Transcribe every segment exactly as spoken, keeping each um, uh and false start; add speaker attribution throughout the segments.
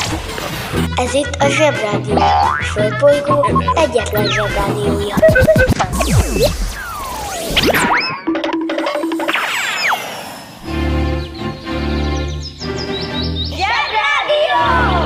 Speaker 1: Ez itt a Zsebrádió, a Földbolygó egyetlen Zsebrádiója. Zsebrádió!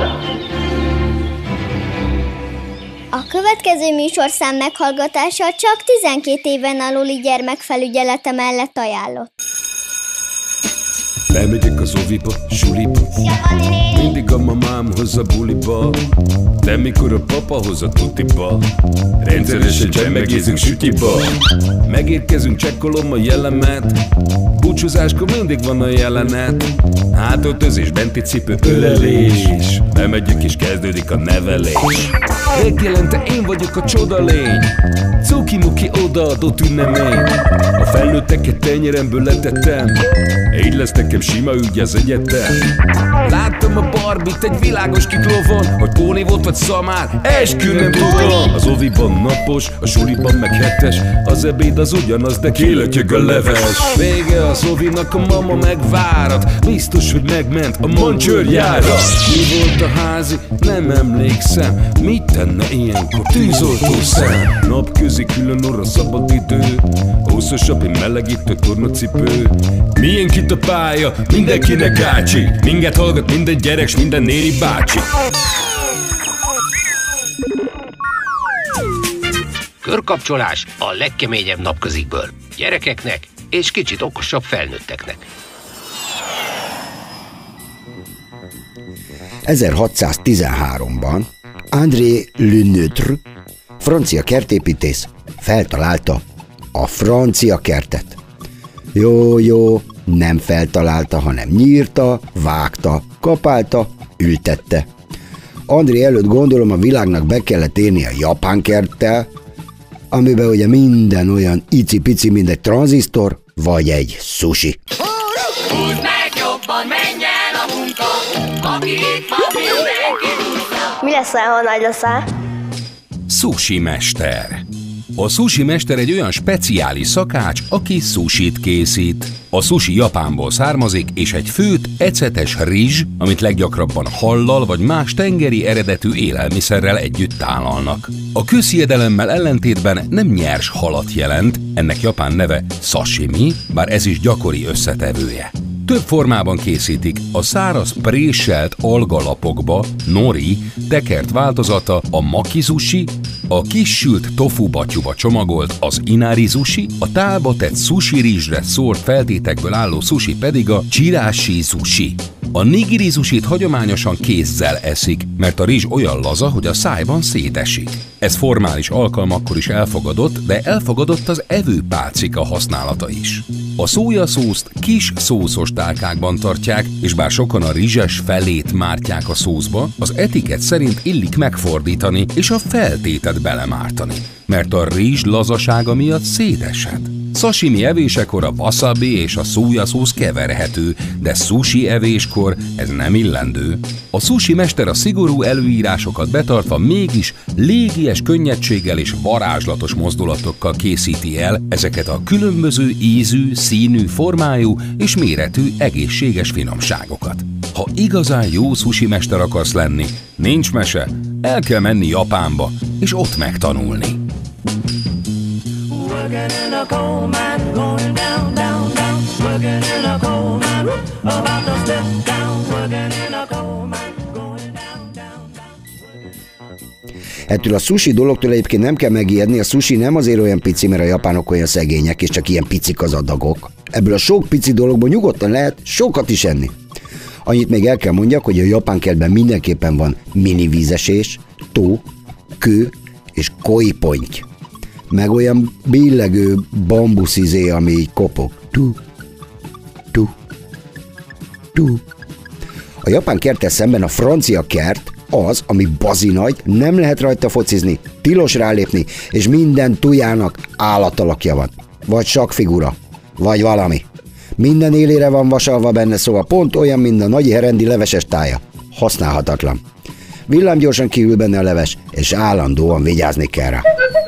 Speaker 1: A következő műsorszám meghallgatása csak tizenkét éven aluli gyermekfelügyelete mellett ajánlott.
Speaker 2: Lemegyek az oviba, suliba, mindig a mamám hoz a buliba, de mikor a papa hoz a tutiba, rendszeresen csemmegézünk sütiba. Megérkezünk, csekkolom a jellemet, búcsúzáskor mindig van a jelenet. Hátöltözés, benti cipő, ölelés, bemegyünk és kezdődik a nevelés. Megjelente én vagyok a csodalény, cuki-muki odaadott ünnemény. A felnőtteket tenyeremből letettem, így lesz nekem sima ügy az egyetem. Láttam a Barbit egy világos kiklovon, hogy Póni volt vagy szamár, eskü nem tudom. Az oviban napos, a suliban meg hetes, az ebéd az ugyanaz, de kilötyög a leves. Vége az ovinak, a mama megvárat, biztos, hogy megment a mancsőrjára. Mi volt a házi? Nem emlékszem, mit tenne ilyenkor tűzoltó szem? Napközi külön orra szabad idő, húszosabb, én melegítő tornacipő. Milyen kit a pálya, mindenkinek ácsi, minket hallgat minden gyerek s minden néri bácsi.
Speaker 3: Körkapcsolás a legkeményebb napközikből. Gyerekeknek és kicsit okosabb felnőtteknek.
Speaker 4: ezerhatszáztizenháromban André Lenôtre, francia kertépítész feltalálta a francia kertet. Jó, jó, nem feltalálta, hanem nyírta, vágta, kapálta, ültette. André előtt gondolom a világnak be kellett érni a japán kerttel, amiben ugye minden olyan icipici, mint egy tranzisztor, vagy egy sushi.
Speaker 5: Húzd meg jobban, menj el a munka, aki itt van, mindenki húzza.
Speaker 1: Mi leszel, ha nagy leszel?
Speaker 6: Sushi mester. A sushi mester egy olyan speciális szakács, aki sushit készít. A sushi Japánból származik, és egy főt, ecetes rizs, amit leggyakrabban hallal vagy más tengeri eredetű élelmiszerrel együtt tálalnak. A közhiedelemmel ellentétben nem nyers halat jelent, ennek japán neve sashimi, bár ez is gyakori összetevője. Több formában készítik, a száraz préselt algalapokba, nori, tekert változata a maki sushi, a kissült tofu batyuba csomagolt az inari sushi, a tálba tett sushi rizsre szórt feltétekből álló sushi pedig a chirashi sushi. A nigiri sushit hagyományosan kézzel eszik, mert a rizs olyan laza, hogy a szájban szétesik. Ez formális alkalmakkor is elfogadott, de elfogadott az evőpálcika használata is. A szójaszószt kis szószos tálkákban tartják, és bár sokan a rizses felét mártják a szószba, az etikett szerint illik megfordítani és a feltétet belemártani, mert a rizs lazasága miatt széteshet. Sashimi evésekor a wasabi és a szójaszósz keverhető, de sushi evéskor ez nem illendő. A sushi mester a szigorú előírásokat betartva mégis légies könnyedséggel és varázslatos mozdulatokkal készíti el ezeket a különböző ízű, színű, formájú és méretű egészséges finomságokat. Ha igazán jó sushi mester akarsz lenni, nincs mese, el kell menni Japánba és ott megtanulni.
Speaker 5: Working in a coal mine, going down, down, down. Working in a coal mine, about to step down. Working in a coal mine, going down, down, down.
Speaker 4: Ettől a sushi dologtól egyébként nem kell megijedni, a sushi nem azért olyan pici, mert a japánok olyan szegények, és csak ilyen picik az adagok. Ebből a sok pici dologból nyugodtan lehet sokat is enni. Annyit még el kell mondjak, hogy a japán kertben mindenképpen van mini vízesés, tó, kő és koi ponty. Meg olyan billegő bambuszizé, ami így kopog. Tú, tú, tú. A japán kerttel szemben a francia kert az, ami bazinagy, nem lehet rajta focizni, tilos rálépni, és minden tujának állatalakja van. Vagy sakfigura, vagy valami. Minden élére van vasalva benne, szóval pont olyan, mint a nagy herendi leveses tája. Használhatatlan. Villámgyorsan kihűl benne a leves, és állandóan vigyázni kell rá.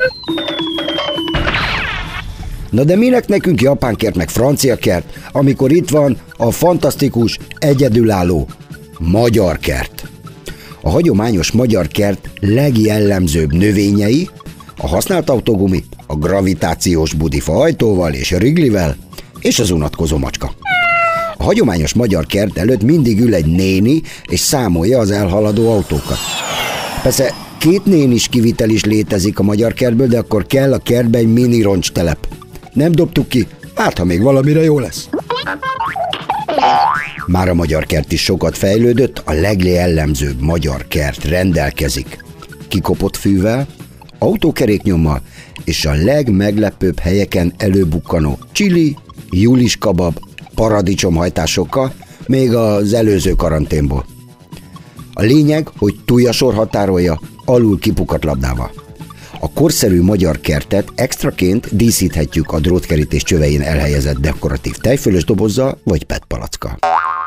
Speaker 4: Na de minek nekünk japán kert meg francia kert, amikor itt van a fantasztikus, egyedülálló magyar kert? A hagyományos magyar kert legjellemzőbb növényei a használt autógumi, a gravitációs budifa ajtóval és a riglivel, és az unatkozó macska. A hagyományos magyar kert előtt mindig ül egy néni, és számolja az elhaladó autókat. Persze két nénis kivitel is létezik a magyar kertből, de akkor kell a kertbe egy mini roncstelep. Nem dobtuk ki, hát ha még valamire jó lesz. Már a magyar kert is sokat fejlődött, a legjellemzőbb magyar kert rendelkezik kikopott fűvel, autókeréknyommal és a legmeglepőbb helyeken előbukkanó csili, julis kabab, paradicsomhajtásokkal, még az előző karanténból. A lényeg, hogy túljasor határolja alul kipukat labdával. A korszerű magyar kertet extraként díszíthetjük a drótkerítés csövein elhelyezett dekoratív tejfölös dobozzal vagy pet palackkal.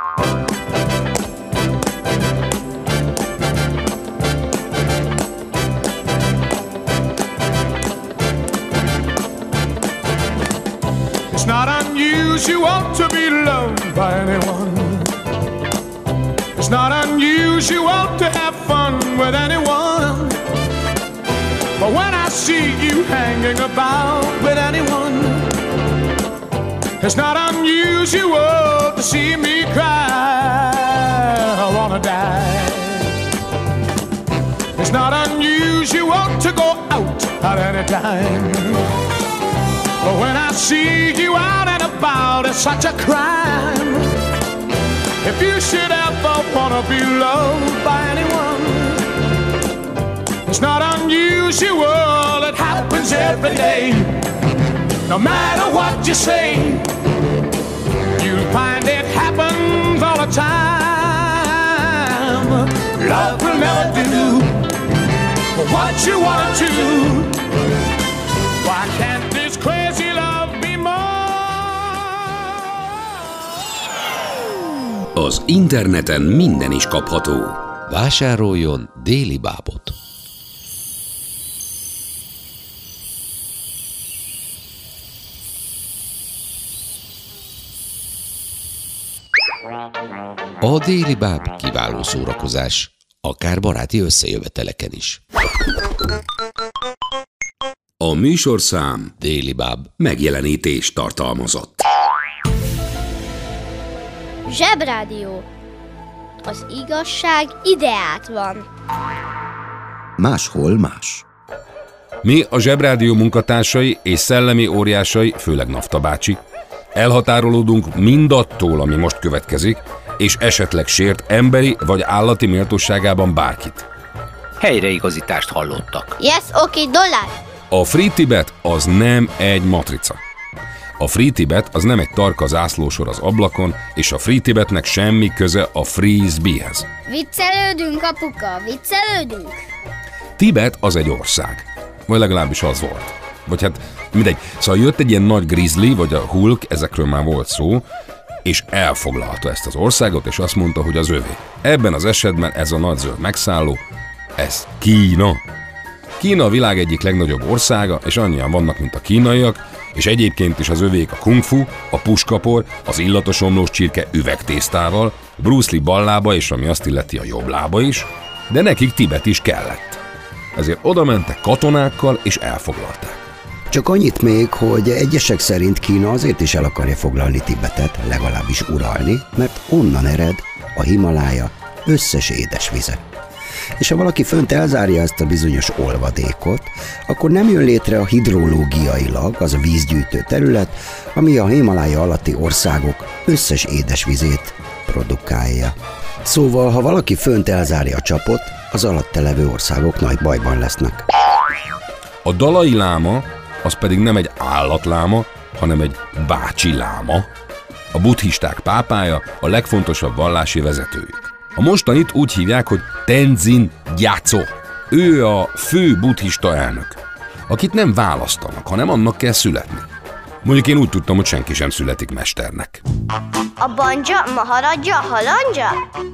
Speaker 5: It's not unusual to be loved by anyone. It's not unusual to have fun with anyone. But when I see you hanging about with anyone, it's not unusual to see me cry. I wanna die. It's not unusual to go out at any time. But when I see you out and about, it's such a crime. If you should ever wanna be loved by anyone, it's not unusual, it happens every day. No matter what you say, you'll find it happens all the time. Love will never do what you want to do. Why can't this crazy love be more?
Speaker 6: Az interneten minden is kapható.
Speaker 3: Vásároljon Déli Bábot. A Déli Báb kiváló szórakozás, akár baráti összejöveteleken is.
Speaker 6: A műsorszám
Speaker 3: Déli Báb
Speaker 6: megjelenítést tartalmazott.
Speaker 1: Zsebrádió. Az igazság ideát van.
Speaker 4: Máshol más.
Speaker 2: Mi a Zsebrádió munkatársai és szellemi óriásai, főleg Nafta bácsi, elhatárolódunk mindattól, ami most következik, és esetleg sért emberi vagy állati méltóságában bárkit.
Speaker 3: helyreigazítást hallottak.
Speaker 1: Yes, oké, okay, dollár.
Speaker 2: A Free Tibet az nem egy matrica. A Free Tibet az nem egy tarka zászlósor az ablakon, és a Free Tibetnek semmi köze a Frisbeehez.
Speaker 1: Viccelődünk, apuka, viccelődünk.
Speaker 2: Tibet az egy ország. Vagy legalábbis az volt. Vagy hát mindegy. Szóval jött egy ilyen nagy grizzly, vagy a Hulk, ezekről már volt szó, és elfoglalta ezt az országot, és azt mondta, hogy az övé. Ebben az esetben ez a nagy zöld megszálló, ez Kína. Kína a világ egyik legnagyobb országa, és annyian vannak, mint a kínaiak, és egyébként is az övék a kung fu, a puskapor, az illatos omlós csirke üvegtésztával, Bruce Lee ballába, és ami azt illeti a jobb lába is, de nekik Tibet is kellett. Ezért oda mentek katonákkal, és elfoglalták.
Speaker 4: Csak annyit még, hogy egyesek szerint Kína azért is el akarja foglalni Tibetet, legalábbis uralni, mert onnan ered a Himalája összes édesvize. És ha valaki fönt elzárja ezt a bizonyos olvadékot, akkor nem jön létre a hidrológiailag az a vízgyűjtő terület, ami a Himalája alatti országok összes édesvizét produkálja. Szóval, ha valaki fönt elzárja a csapot, az alatte levő országok nagy bajban lesznek.
Speaker 2: A dalai láma az pedig nem egy állatláma, hanem egy bácsi láma. A buddhisták pápája, a legfontosabb vallási vezetőjük. A mostanit úgy hívják, hogy Tenzin Gyatso. Ő a fő buddhista elnök, akit nem választanak, hanem annak kell születni. Mondjuk én úgy tudtam, hogy senki sem születik mesternek.
Speaker 1: A banja, maharadja, halandja?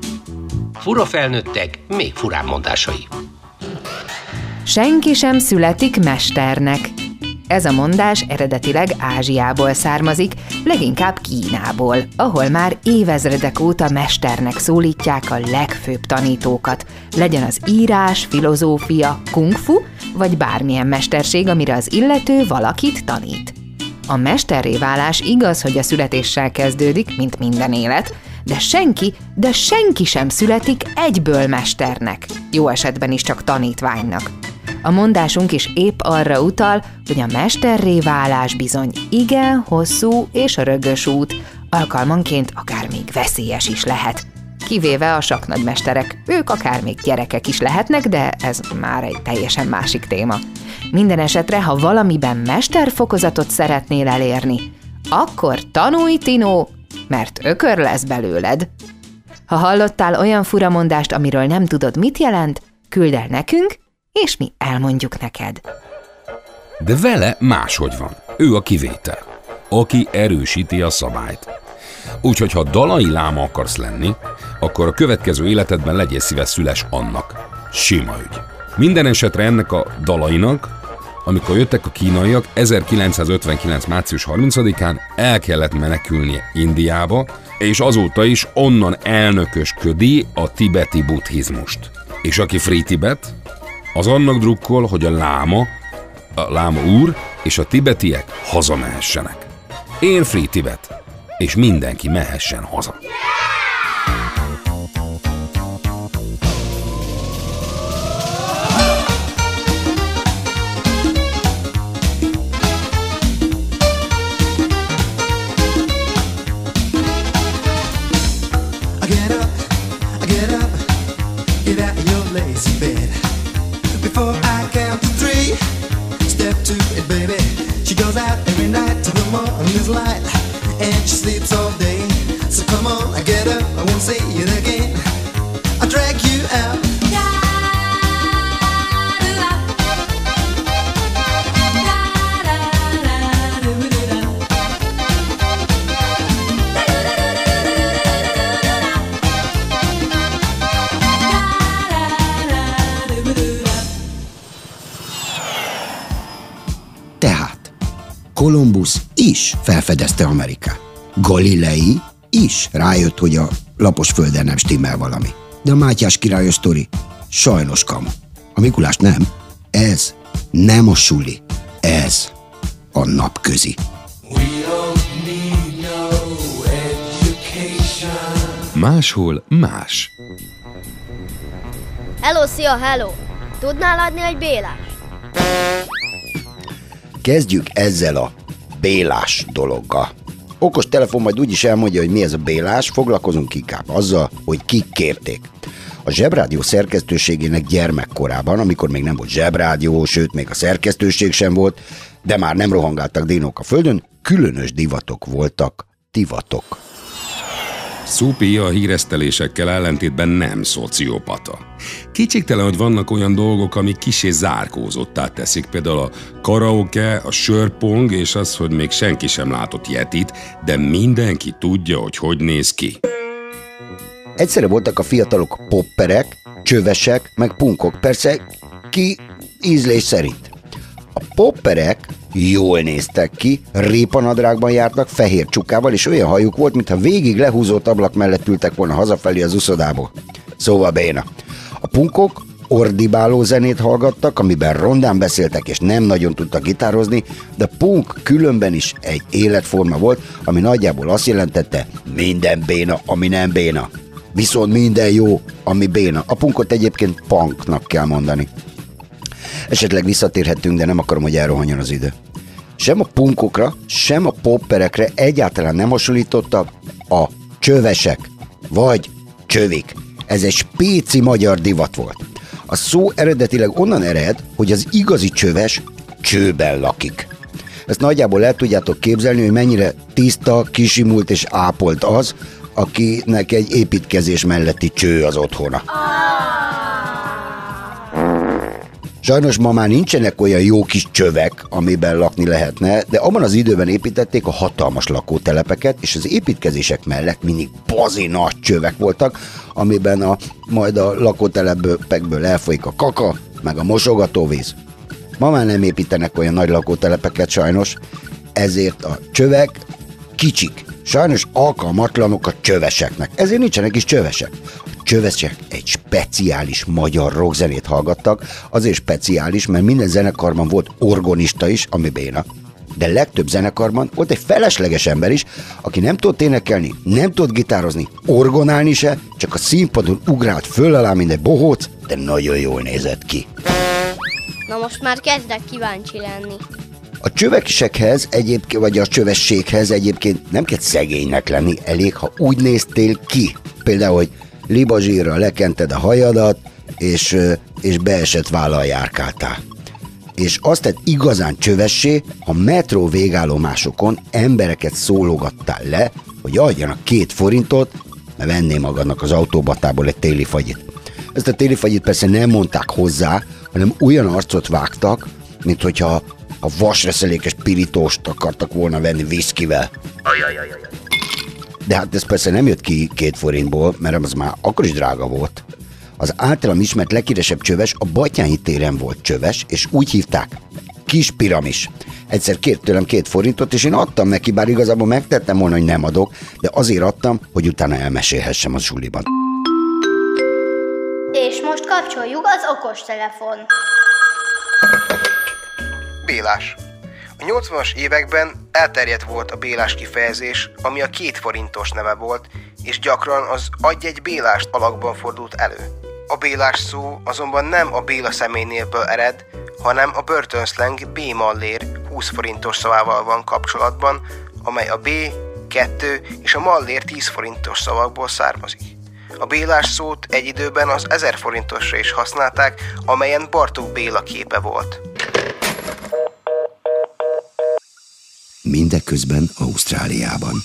Speaker 3: Fura felnőttek, még furább mondásai.
Speaker 7: Senki sem születik mesternek. Ez a mondás eredetileg Ázsiából származik, leginkább Kínából, ahol már évezredek óta mesternek szólítják a legfőbb tanítókat, legyen az írás, filozófia, kung-fu, vagy bármilyen mesterség, amire az illető valakit tanít. A mesterré válás igaz, hogy a születéssel kezdődik, mint minden élet, de senki, de senki sem születik egyből mesternek, jó esetben is csak tanítványnak. A mondásunk is épp arra utal, hogy a mesterré válás bizony igen hosszú és rögös út, alkalmanként akár még veszélyes is lehet. Kivéve a sakknagymesterek, ők akár még gyerekek is lehetnek, de ez már egy teljesen másik téma. Minden esetre, ha valamiben mesterfokozatot szeretnél elérni, akkor tanulj, Tinó, mert ökör lesz belőled. Ha hallottál olyan furamondást, amiről nem tudod, mit jelent, küldd el nekünk, és mi elmondjuk neked.
Speaker 6: De vele máshogy van. Ő a kivétel, aki erősíti a szabályt. Úgyhogy ha dalai láma akarsz lenni, akkor a következő életedben legyél szíves szüles annak. Sima ügy. Minden esetre ennek a dalainak, amikor jöttek a kínaiak, ezerkilencszázötvenkilenc. március harmincadikán el kellett menekülnie Indiába, és azóta is onnan elnökösködi a tibeti buddhizmust. És aki Free Tibet, az annak drukkol, hogy a láma, a láma úr és a tibetiek hazamehessenek. Én Free Tibet, és mindenki mehessen haza.
Speaker 5: Before I count to three, step to it, baby. She goes out every night till the morning's light, and she sleeps all day. So come on, I get up, I won't say it again. I'll drag you out.
Speaker 4: Kolumbusz is felfedezte Amerikát. Galilei is rájött, hogy a lapos földön nem stimmel valami. De a Mátyás királyos sztori sajnos kamu. A Mikulás nem. Ez nem a suli. Ez a napközi.
Speaker 6: Máshol más.
Speaker 1: Hello, szia, hello! Tudnál adni egy Bélás?
Speaker 4: Kezdjük ezzel a Bélás dologgal. Okos telefon majd úgyis elmondja, hogy mi ez a Bélás, foglalkozunk inkább azzal, hogy kik kérték. A Zsebrádió szerkesztőségének gyermekkorában, amikor még nem volt Zsebrádió, sőt még a szerkesztőség sem volt, de már nem rohangáltak dinók a földön, különös divatok voltak, divatok.
Speaker 6: Szupi a híresztelésekkel ellentétben nem szociopata. Kétségtelen, hogy vannak olyan dolgok, amik kissé zárkózottá teszik, például a karaoke, a sörpong, és az, hogy még senki sem látott Yetit, de mindenki tudja, hogy hogy néz ki.
Speaker 4: Egyszerre voltak a fiatalok popperek, csövesek, meg punkok, persze ki ízlés szerint. A popperek jól néztek ki, répanadrágban jártak, fehér csukával, és olyan hajuk volt, mintha végig lehúzott ablak mellett ültek volna hazafelé az uszodából. Szóval béna. A punkok ordibáló zenét hallgattak, amiben rondán beszéltek, és nem nagyon tudtak gitározni, de punk különben is egy életforma volt, ami nagyjából azt jelentette, minden béna, ami nem béna. Viszont minden jó, ami béna. A punkot egyébként punknak kell mondani. Esetleg visszatérhetünk, de nem akarom, hogy elrohanjon az idő. Sem a punkokra, sem a popperekre egyáltalán nem hasonlítottak a csövesek, vagy csövik. Ez egy spéci magyar divat volt. A szó eredetileg onnan ered, hogy az igazi csöves csőben lakik. Ezt nagyjából el tudjátok képzelni, hogy mennyire tiszta, kisimult és ápolt az, akinek egy építkezés melletti cső az otthona. Sajnos ma már nincsenek olyan jó kis csövek, amiben lakni lehetne, de abban az időben építették a hatalmas lakótelepeket, és az építkezések mellett mindig bazi nagy csövek voltak, amiben a, majd a lakótelepekből elfolyik a kaka, meg a mosogatóvíz. Ma már nem építenek olyan nagy lakótelepeket sajnos, ezért a csövek kicsik. Sajnos alkalmatlanok a csöveseknek, ezért nincsenek is csövesek. A csövesek egy speciális magyar rockzenét hallgattak, azért speciális, mert minden zenekarban volt orgonista is, ami béna. De legtöbb zenekarban volt egy felesleges ember is, aki nem tudott énekelni, nem tudott gitározni, orgonálni se, csak a színpadon ugrált föl alá, mint egy bohóc, de nagyon jól nézett ki.
Speaker 1: Na most már kezdek kíváncsi lenni.
Speaker 4: A csövesekhez egyébként, vagy a csövességhez egyébként nem kell szegénynek lenni, elég, ha úgy néztél ki. Például, hogy libazsírra lekented a hajadat, és, és beesett vállal járkáltál. És azt tett igazán csövessé, ha metró végállomásokon embereket szólogattál le, hogy adjanak két forintot, mert venné magadnak az autóbatából egy téli fagyit. Ezt a téli fagyit persze nem mondták hozzá, hanem olyan arcot vágtak, mint hogyha a vasreszelékes pirítóst akartak volna venni viszkivel. De hát ez persze nem jött ki két forintból, mert az már akkor is drága volt. Az általam ismert leghíresebb csöves a Batthyány téren volt csöves, és úgy hívták, Kis Piramis. Egyszer kért tőlem két forintot, és én adtam neki, bár igazából megtettem volna, hogy nem adok, de azért adtam, hogy utána elmesélhessem a suliban.
Speaker 1: És most kapcsoljuk az okostelefon.
Speaker 8: Bélás. A nyolcvanas években elterjedt volt a bélás kifejezés, ami a két forintos neve volt, és gyakran az adj egy bélást alakban fordult elő. A bélás szó azonban nem a Béla személynévből ered, hanem a börtönszleng B-mallér húsz forintos szavával van kapcsolatban, amely a B, kettő és a mallér tíz forintos szavakból származik. A bélás szót egy időben az ezer forintosra is használták, amelyen Bartók Béla képe volt.
Speaker 4: Mindeközben Ausztráliában.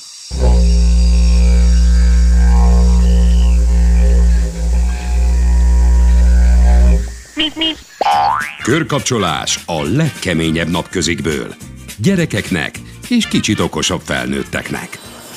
Speaker 6: Körkapcsolás a legkeményebb napközikből. Gyerekeknek és kicsit okosabb felnőtteknek.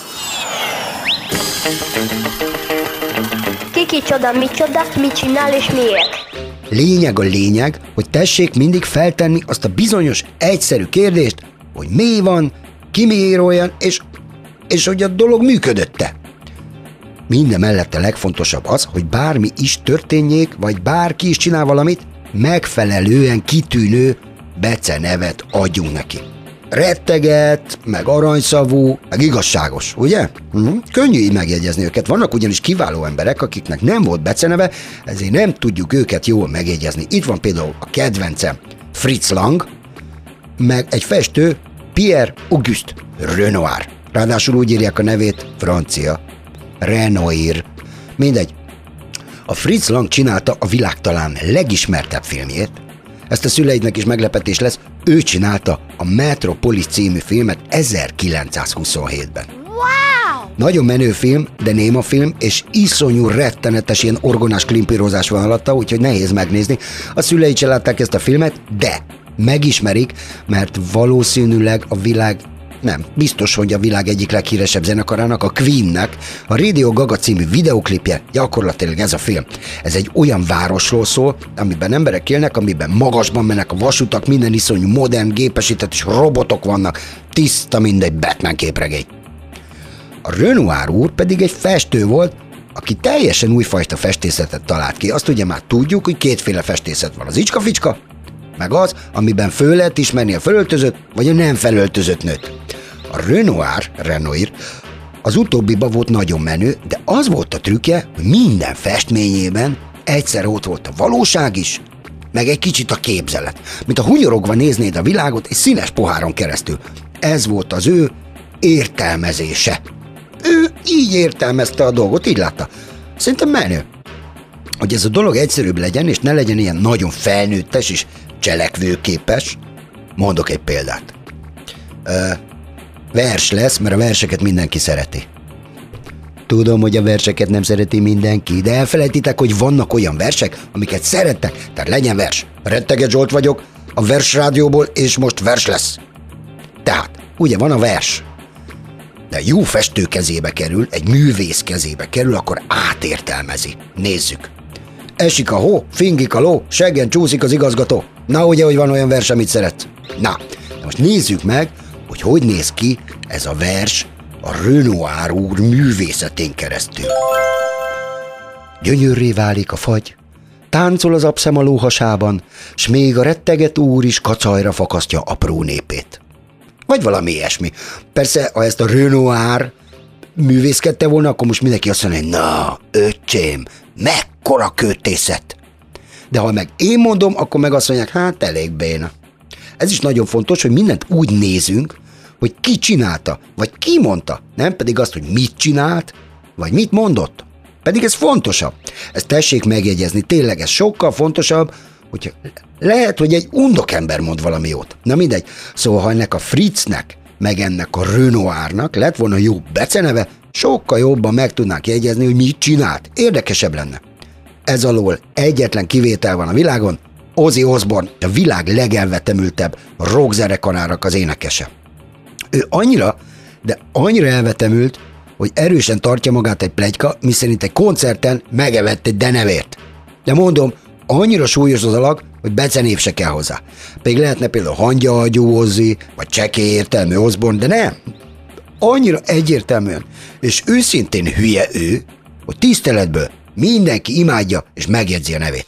Speaker 1: Ki kicsoda, micsoda, mit csinál és miért?
Speaker 4: Lényeg a lényeg, hogy tessék mindig feltenni azt a bizonyos, egyszerű kérdést, hogy mi van, ki miért olyan, és, és hogy a dolog működött-e. Minden mellett a legfontosabb az, hogy bármi is történjék, vagy bárki is csinál valamit, megfelelően kitűnő becenevet adjunk neki. Retteget, meg aranyszavú, meg igazságos, ugye? Uh-huh. Könnyű így megjegyezni őket. Vannak ugyanis kiváló emberek, akiknek nem volt beceneve, ezért nem tudjuk őket jól megjegyezni. Itt van például a kedvencem Fritz Lang, meg egy festő Pierre Auguste Renoir. Ráadásul úgy írják a nevét, francia. Renoir. Mindegy. A Fritz Lang csinálta a világ talán legismertebb filmjét. Ezt a szüleidnek is meglepetés lesz, ő csinálta a Metropolis című filmet ezerkilencszázhuszonhétben.
Speaker 1: Wow!
Speaker 4: Nagyon menő film, de néma film, és iszonyú rettenetes ilyen orgonás klimpírozás van alatta, úgyhogy nehéz megnézni. A szüleid se látták ezt a filmet, de megismerik, mert valószínűleg a világ, nem, biztos, hogy a világ egyik leghíresebb zenekarának, a Queennek a Radio Gaga című videoklipje gyakorlatilag ez a film. Ez egy olyan városról szól, amiben emberek élnek, amiben magasban mennek a vasutak, minden iszonyú modern, gépesített és robotok vannak, tiszta mindegy Batman képregény. A Renoir úr pedig egy festő volt, aki teljesen újfajta festészetet talált ki. Azt ugye már tudjuk, hogy kétféle festészet van, az icska-ficska, meg az, amiben föl lehet ismerni a felöltözött, vagy a nem felöltözött nőt. A Renoir, Renoir, az utóbbiba volt nagyon menő, de az volt a trükkje, hogy minden festményében egyszer ott volt a valóság is, meg egy kicsit a képzelet. Mint a hunyorogva néznéd a világot egy színes poháron keresztül. Ez volt az ő értelmezése. Ő így értelmezte a dolgot, így látta. Szerintem menő. Hogy ez a dolog egyszerűbb legyen, és ne legyen ilyen nagyon felnőttes és cselekvőképes, mondok egy példát. Ö, vers lesz, mert a verseket mindenki szereti. Tudom, hogy a verseket nem szereti mindenki, de elfelejtitek, hogy vannak olyan versek, amiket szerettek, tehát legyen vers. Retteget Zsolt vagyok, a Versrádióból, és most vers lesz. Tehát, ugye van a vers, de jó festő kezébe kerül, egy művész kezébe kerül, akkor átértelmezi. Nézzük. Esik a hó, fingik a ló, seggen csúszik az igazgató. Na, ugye, hogy van olyan vers, amit szeretsz? Na, de most nézzük meg, hogy hogy néz ki ez a vers a Renoir úr művészetén keresztül. Gyönyörré válik a fagy, táncol az abszem a lóhasában, s még a retteget úr is kacajra fakasztja apró népét. Vagy valami ilyesmi. Persze, ha ezt a Renoir művészkedte volna, akkor most mindenki azt mondja, hogy na, öcsém, mekkora költészet. De ha meg én mondom, akkor meg azt mondják, hát elég béna. Ez is nagyon fontos, hogy mindent úgy nézünk, hogy ki csinálta, vagy ki mondta, nem pedig azt, hogy mit csinált, vagy mit mondott. Pedig ez fontosabb. Ezt tessék megjegyezni, tényleg ez sokkal fontosabb, hogyha lehet, hogy egy undokember mond valami jót. Na mindegy. Szóval, ha ennek a Fritznek, meg ennek a Renoirnak lett volna jó beceneve, sokkal jobban meg tudnánk jegyezni, hogy mit csinált. Érdekesebb lenne. Ez alól egyetlen kivétel van a világon, Ozzy Osbourne, a világ legelvetemültebb rockzenekarának az énekese. Ő annyira, de annyira elvetemült, hogy erősen tartja magát egy pletyka, miszerint egy koncerten megevett egy denevért. De mondom, annyira súlyos az alag, hogy becenév se kell hozzá. Pedig lehetne például hangyahagyú Ozzy, vagy csekély értelmű Osbourne, de nem. Annyira egyértelműen, és őszintén hülye ő, hogy tiszteletből mindenki imádja és megjegyzi a nevét.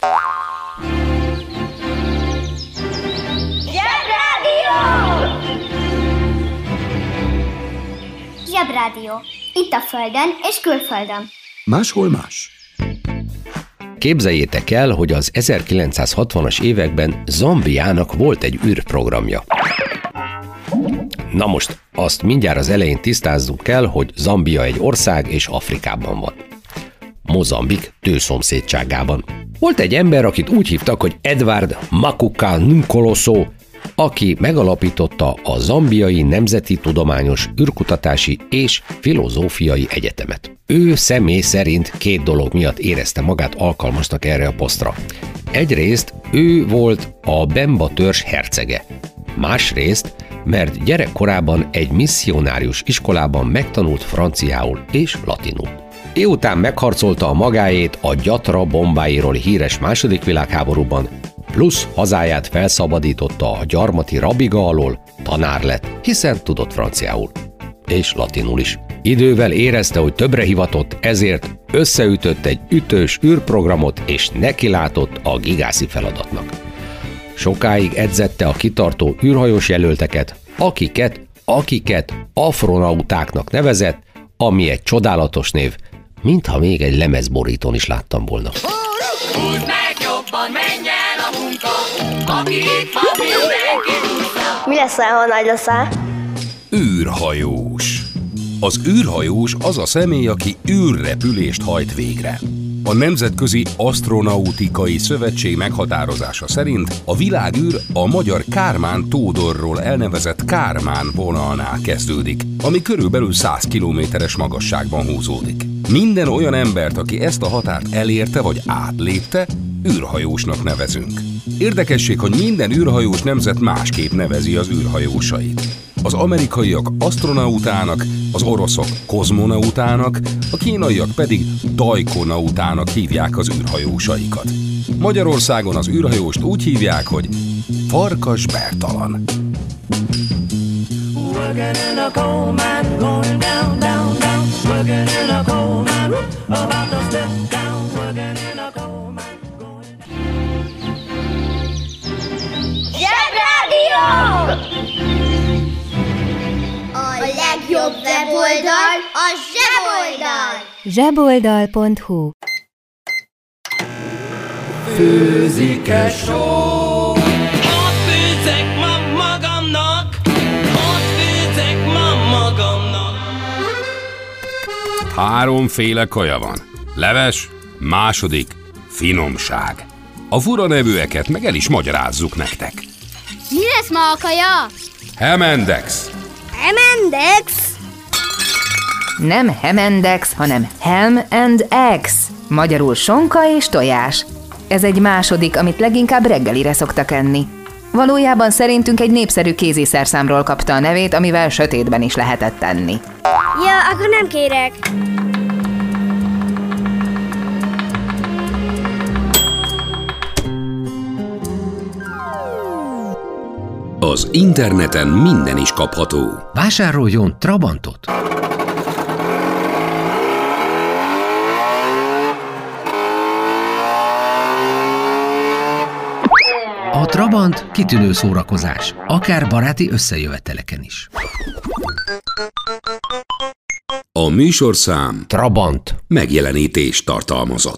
Speaker 1: Zsebrádió. Itt a Földön és külföldön.
Speaker 4: Máshol más.
Speaker 3: Képzeljétek el, hogy az ezerkilencszázhatvanas években Zambiának volt egy űrprogramja. Na most, azt mindjárt az elején tisztázzuk kell, hogy Zambia egy ország és Afrikában van. Mozambik tőszomszédságában. Volt egy ember, akit úgy hívtak, hogy Edward Makuka Nkoloso, aki megalapította a Zambiai Nemzeti Tudományos űrkutatási és Filozófiai Egyetemet. Ő személy szerint két dolog miatt érezte magát alkalmasnak erre a posztra. Egyrészt ő volt a Bemba törzs hercege. Másrészt, mert gyerekkorában egy misszionárius iskolában megtanult franciául és latinul. Éután megharcolta a magáét a gyatra bombáiról híres második világháborúban, plusz hazáját felszabadította a gyarmati rabiga alól, tanár lett, hiszen tudott franciául. És latinul is. Idővel érezte, hogy többre hivatott, ezért összeütött egy ütős űrprogramot, és nekilátott a gigászi feladatnak. Sokáig edzette a kitartó űrhajós jelölteket, akiket, akiket afronautáknak nevezett, ami egy csodálatos név, mintha még egy lemezborítón is láttam volna.
Speaker 5: Húzd meg jobban, menj el a munka, aki itt van, mindenki húzza.
Speaker 1: Mi leszel, ha nagy leszel?
Speaker 6: űrhajós. Az űrhajós az a személy, aki űrrepülést hajt végre. A Nemzetközi Asztronautikai Szövetség meghatározása szerint a világűr a magyar Kármán Tódorról elnevezett Kármán vonalnál kezdődik, ami körülbelül száz kilométeres magasságban húzódik. Minden olyan embert, aki ezt a határt elérte vagy átlépte, űrhajósnak nevezünk. Érdekesség, hogy minden űrhajós nemzet másképp nevezi az űrhajósait. Az amerikaiak asztronautának, az oroszok kozmonautának, a kínaiak pedig dajkonautának hívják az űrhajósaikat. Magyarországon az űrhajóst úgy hívják, hogy Farkas Bertalan.
Speaker 5: Working in a coal mine, going down, down, down. Working in a coal mine, about to step down. Working in a coal mine, going down.
Speaker 1: Zsebrádió! A legjobb weboldal a Zseboldal!
Speaker 7: zseboldal pont hu.
Speaker 5: Főzik-e só? Ott főzek ma magamnak, ott főzek ma magamnak.
Speaker 6: Háromféle kaja van. Leves, második, finomság. A fura nevűeket meg el is magyarázzuk nektek.
Speaker 1: Mi lesz ma a kaja?
Speaker 6: Hemendex.
Speaker 1: Hemendex?
Speaker 7: Nem Hemendex, hanem Ham and Eggs. Magyarul sonka és tojás. Ez egy második, amit leginkább reggelire szoktak enni. Valójában szerintünk egy népszerű kéziszerszámról kapta a nevét, amivel sötétben is lehetett tenni.
Speaker 1: Ja, akkor nem kérek.
Speaker 6: Az interneten minden is kapható.
Speaker 3: Vásároljon Trabantot! A Trabant kitűnő szórakozás, akár baráti összejöveteleken is.
Speaker 6: A műsorszám
Speaker 3: Trabant
Speaker 6: megjelenítést tartalmazott.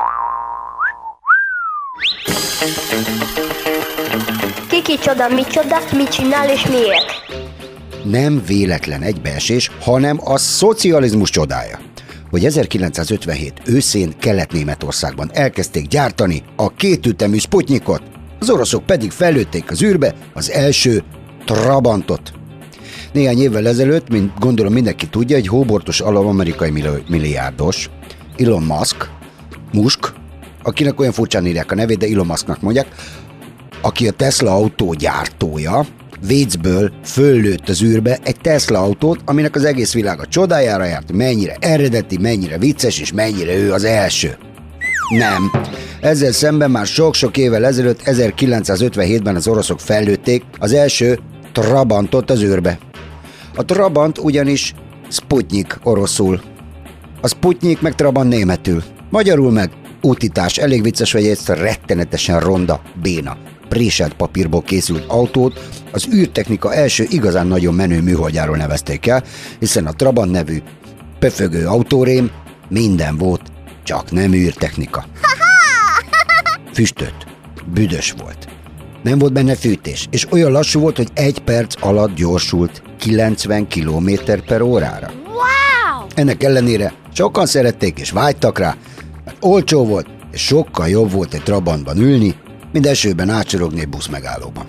Speaker 1: Ki kicsoda, micsoda, mit csinál és miért?
Speaker 4: Nem véletlen egybeesés, hanem a szocializmus csodája. Hogy ezerkilencszázötvenhét őszén Kelet-Németországban elkezdték gyártani a kétütemű Sputnikot, az oroszok pedig fellőtték az űrbe az első Trabantot. Néhány évvel ezelőtt, mint gondolom mindenki tudja, egy hóbortos alap-amerikai milliárdos, Elon Musk, Musk, akinek olyan furcsán írják a nevét, de Elon Musknak mondják, aki a Tesla autó gyártója, Vécből föllőtt az űrbe egy Tesla autót, aminek az egész világ a csodájára járt, mennyire eredeti, mennyire vicces, és mennyire ő az első. Nem. Ezzel szemben már sok-sok évvel ezelőtt, ezerkilencszázötvenhétben az oroszok fellőtték az első Trabantot az űrbe. A Trabant ugyanis Sputnik oroszul. A Sputnik meg Trabant németül. Magyarul meg útitás. Elég vicces, hogy ezt rettenetesen ronda, béna, préselt papírból készült autót az űrtechnika első igazán nagyon menő műholdjáról nevezték el, hiszen a Trabant nevű pöfögő autórém minden volt, csak nem űrtechnika. Füstöt, büdös volt. Nem volt benne fűtés, és olyan lassú volt, hogy egy perc alatt gyorsult kilencven kilométer per órára.
Speaker 1: Wow!
Speaker 4: Ennek ellenére sokan szerették és vágytak rá, mert olcsó volt, és sokkal jobb volt egy Trabantban ülni, mint esőben átsorogni egy buszmegállóban.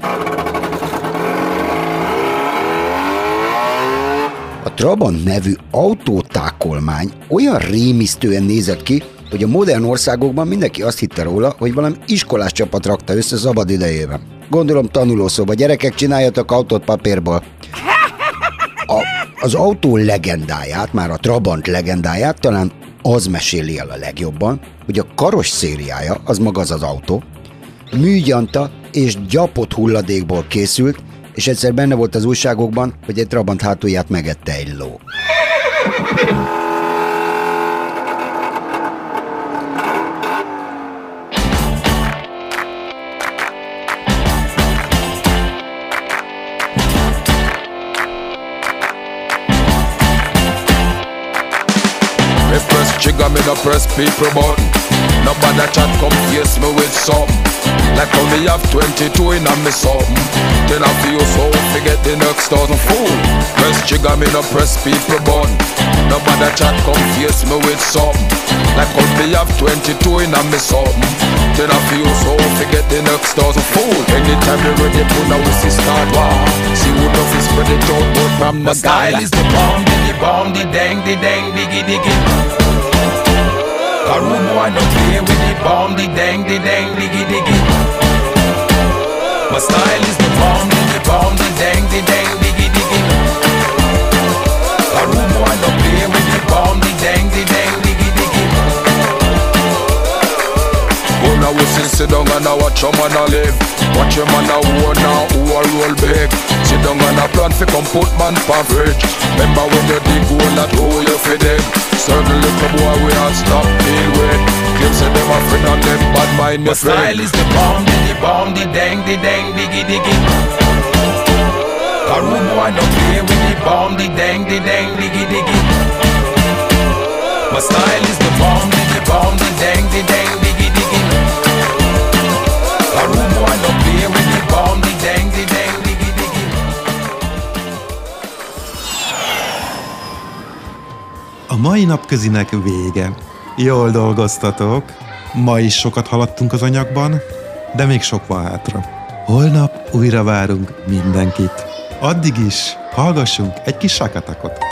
Speaker 4: A Trabant nevű autótákolmány olyan rémisztően nézett ki, hogy a modern országokban mindenki azt hitte róla, hogy valami iskolás csapat rakta össze szabad idejében. Gondolom tanulószoba, gyerekek, csináljatok autót papírból. A, az autó legendáját, már a Trabant legendáját talán az meséli el a legjobban, hogy a karosszériája, az maga az az autó, műgyanta és gyapott hulladékból készült, és egyszer benne volt az újságokban, hogy egy Trabant hátulját megette egy ló.
Speaker 9: Trigger me no press people button. Nobody chat come face me with something. Like how me have twenty-two in a me something. Then I feel so forget the next thousand fool. Press trigger me no press people button. Nobody chat come face me with something. Like how me have twenty-two in a me something. Then I feel so forget the next thousand fool. Anytime you ready put now we see start war. See who love is spread it out but from the style is the bomb, the bomb, the dang, the dang, diggy diggy. A room boy don't play with the bomb, the dang, the dang, diggy diggy. My style is the bomb, the bomb, the dang, the dang, diggy diggy. A room boy don't play with the bomb, the dang, the dang, diggy diggy. Go now we sit, sit down and I watch your man a live. Watch your man a war now, who a roll big. Sit down and a plan fi come put man for fridge. Remember when you dig hole that hole you fi dig. Certain little boy we all stop deal with. Claim say them a friend and them bad mind your friend. My style is the bomb, the bomb, the dang, the dang, diggy diggy. A room boy don't play with the bomb, the dang, the dang, diggy diggy. My style is the bomb, the bomb, the dang, the dang, diggy diggy. A room boy don't play with the bomb, the dang, the dang, diggy diggy.
Speaker 10: A mai napközinek vége. Jól dolgoztatok. Ma is sokat haladtunk az anyagban, de még sok van hátra. Holnap újra várunk mindenkit. Addig is hallgassunk egy kis sakatakot.